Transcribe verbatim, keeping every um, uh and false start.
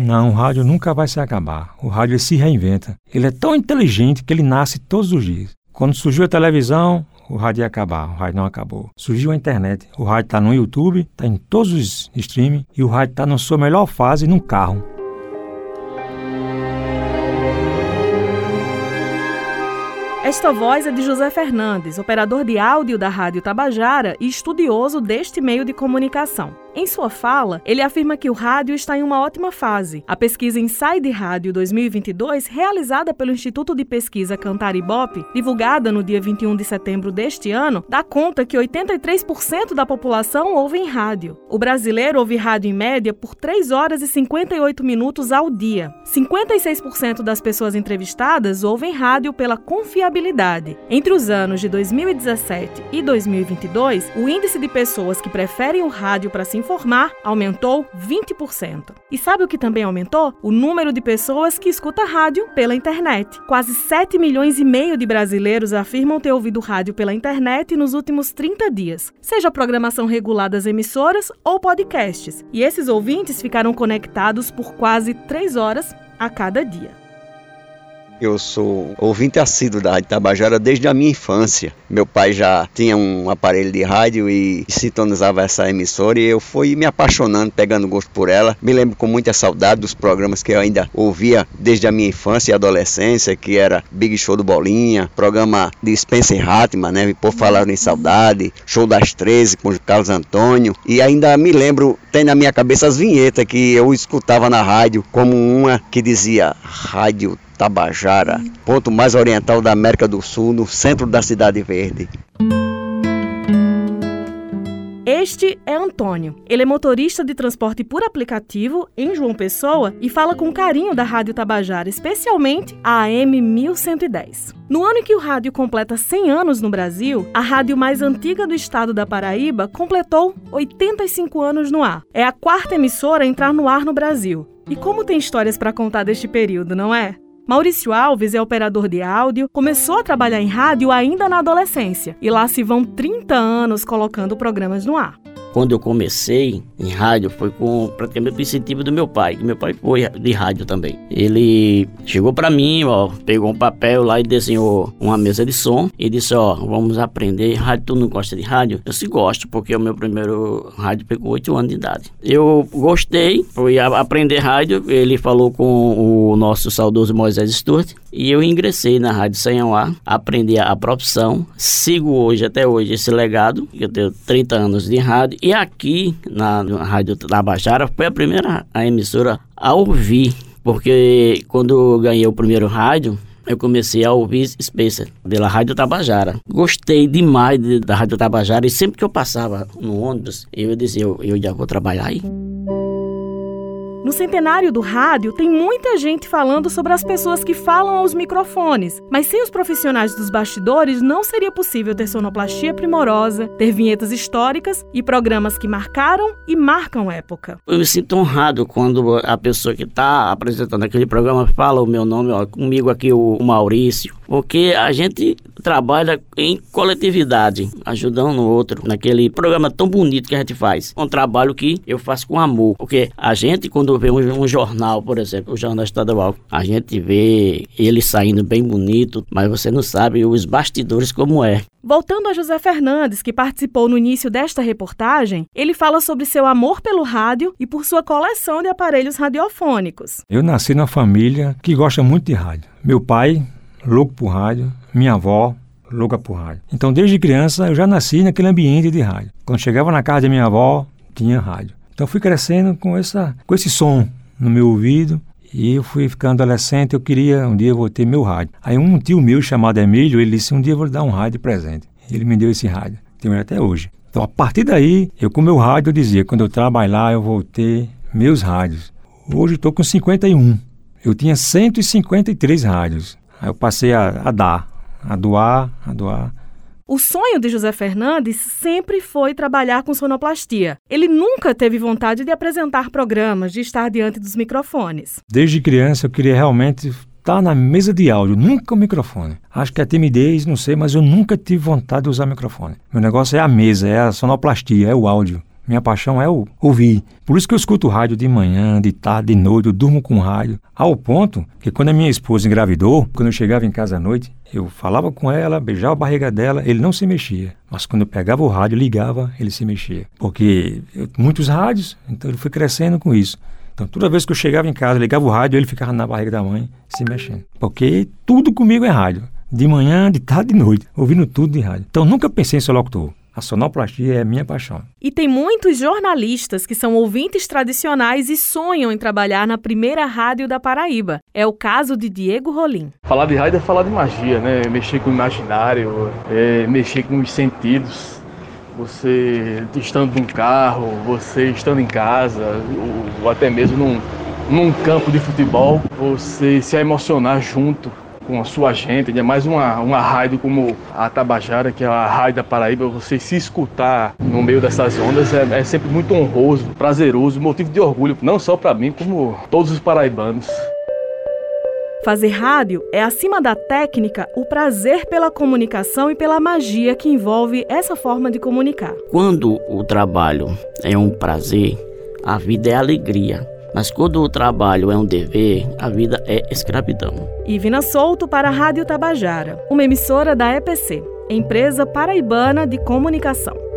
Não, o rádio nunca vai se acabar. O rádio ele se reinventa. Ele é tão inteligente que ele nasce todos os dias. Quando surgiu a televisão, o rádio ia acabar. O rádio não acabou. Surgiu a internet. O rádio está no YouTube, está em todos os streaming e o rádio está na sua melhor fase num carro. Esta voz é de José Fernandes, operador de áudio da Rádio Tabajara e estudioso deste meio de comunicação. Em sua fala, ele afirma que o rádio está em uma ótima fase. A pesquisa Inside Rádio dois mil e vinte e dois, realizada pelo Instituto de Pesquisa Cantar Ibope, divulgada no dia vinte e um de setembro deste ano, dá conta que oitenta e três por cento da população ouve em rádio. O brasileiro ouve rádio em média por três horas e cinquenta e oito minutos ao dia. cinquenta e seis por cento das pessoas entrevistadas ouvem rádio pela confiabilidade. Entre os anos de dois mil e dezessete e dois mil e vinte e dois, o índice de pessoas que preferem o rádio para se informar aumentou vinte por cento. E sabe o que também aumentou? O número de pessoas que escuta rádio pela internet. Quase sete milhões e meio de brasileiros afirmam ter ouvido rádio pela internet nos últimos trinta dias, seja programação regular das emissoras ou podcasts. E esses ouvintes ficaram conectados por quase três horas a cada dia. Eu sou ouvinte assíduo da Rádio Tabajara desde a minha infância. Meu pai já tinha um aparelho de rádio e sintonizava essa emissora e eu fui me apaixonando, pegando gosto por ela. Me lembro com muita saudade dos programas que eu ainda ouvia desde a minha infância e adolescência, que era Big Show do Bolinha, programa de Spencer Hartmann, né? Por falar em saudade, Show das treze com Carlos Antônio. E ainda me lembro, tem na minha cabeça as vinhetas que eu escutava na rádio, como uma que dizia Rádio Tabajara, ponto mais oriental da América do Sul, no centro da Cidade Verde. Este é Antônio. Ele é motorista de transporte por aplicativo em João Pessoa e fala com carinho da Rádio Tabajara, especialmente a A M mil cento e dez. No ano em que o rádio completa cem anos no Brasil, a rádio mais antiga do estado da Paraíba completou oitenta e cinco anos no ar. É a quarta emissora a entrar no ar no Brasil. E como tem histórias para contar deste período, não é? Maurício Alves é operador de áudio, começou a trabalhar em rádio ainda na adolescência e lá se vão trinta anos colocando programas no ar. Quando eu comecei em rádio foi com praticamente o incentivo do meu pai, que meu pai foi de rádio também. Ele chegou para mim, ó, pegou um papel lá e desenhou uma mesa de som e disse, ó, vamos aprender rádio. Tu não gosta de rádio? Eu se gosto, porque o meu primeiro rádio pegou oito anos de idade. Eu gostei, fui aprender rádio, ele falou com o nosso saudoso Moisés Stuart e eu ingressei na Rádio Sanhauá, aprendi a profissão, sigo hoje, até hoje, esse legado, eu tenho trinta anos de rádio. E aqui, na, na Rádio Tabajara, foi a primeira a emissora a ouvir, porque quando eu ganhei o primeiro rádio, eu comecei a ouvir Spencer, pela Rádio Tabajara. Gostei demais de, da Rádio Tabajara e sempre que eu passava no ônibus, eu dizia, eu, eu já vou trabalhar aí. No centenário do rádio, tem muita gente falando sobre as pessoas que falam aos microfones, mas sem os profissionais dos bastidores não seria possível ter sonoplastia primorosa, ter vinhetas históricas e programas que marcaram e marcam época. Eu me sinto honrado quando a pessoa que está apresentando aquele programa fala o meu nome, ó, comigo aqui o Maurício, porque a gente trabalha em coletividade, ajudando o outro, naquele programa tão bonito que a gente faz. Um trabalho que eu faço com amor, porque a gente, quando vê um, um jornal, por exemplo, o Jornal Estadual, a gente vê ele saindo bem bonito, mas você não sabe os bastidores como é. Voltando a José Fernandes, que participou no início desta reportagem, ele fala sobre seu amor pelo rádio e por sua coleção de aparelhos radiofônicos. Eu nasci numa família que gosta muito de rádio. Meu pai, louco por rádio, minha avó, louca por rádio. Então, desde criança, eu já nasci naquele ambiente de rádio. Quando chegava na casa da minha avó, tinha rádio. Então, fui crescendo com, essa, com esse som no meu ouvido e eu fui ficando adolescente. Eu queria, um dia, eu vou ter meu rádio. Aí, um tio meu chamado Emílio, ele disse, um dia eu vou lhe dar um rádio de presente. Ele me deu esse rádio. Tenho ele até hoje. Então, a partir daí, eu com o meu rádio, eu dizia, quando eu trabalhar, eu vou ter meus rádios. Hoje, eu estou com cinquenta e um. Eu tinha cento e cinquenta e três rádios. Aí eu passei a, a dar, a doar, a doar. O sonho de José Fernandes sempre foi trabalhar com sonoplastia. Ele nunca teve vontade de apresentar programas, de estar diante dos microfones. Desde criança eu queria realmente estar na mesa de áudio, nunca o microfone. Acho que é timidez, não sei, mas eu nunca tive vontade de usar microfone. Meu negócio é a mesa, é a sonoplastia, é o áudio. Minha paixão é o ouvir. Por isso que eu escuto rádio de manhã, de tarde, de noite, eu durmo com rádio. Ao ponto que quando a minha esposa engravidou, quando eu chegava em casa à noite, eu falava com ela, beijava a barriga dela, ele não se mexia. Mas quando eu pegava o rádio, ligava, ele se mexia. Porque eu, muitos rádios, então ele foi crescendo com isso. Então toda vez que eu chegava em casa, ligava o rádio, ele ficava na barriga da mãe, se mexendo. Porque tudo comigo é rádio. De manhã, de tarde, de noite, ouvindo tudo de rádio. Então nunca pensei em ser locutor. A sonoplastia é a minha paixão. E tem muitos jornalistas que são ouvintes tradicionais e sonham em trabalhar na primeira rádio da Paraíba. É o caso de Diego Rolim. Falar de rádio é falar de magia, né? Mexer com o imaginário, é mexer com os sentidos. Você estando num carro, você estando em casa, ou, ou até mesmo num, num campo de futebol, você se emocionar junto com a sua gente, ainda mais uma, uma rádio como a Tabajara, que é a rádio da Paraíba, você se escutar no meio dessas ondas é, é sempre muito honroso, prazeroso, motivo de orgulho, não só para mim, como todos os paraibanos. Fazer rádio é, acima da técnica, o prazer pela comunicação e pela magia que envolve essa forma de comunicar. Quando o trabalho é um prazer, a vida é alegria. Mas quando o trabalho é um dever, a vida é escravidão. Ivina Souto para a Rádio Tabajara, uma emissora da E P C, Empresa Paraibana de Comunicação.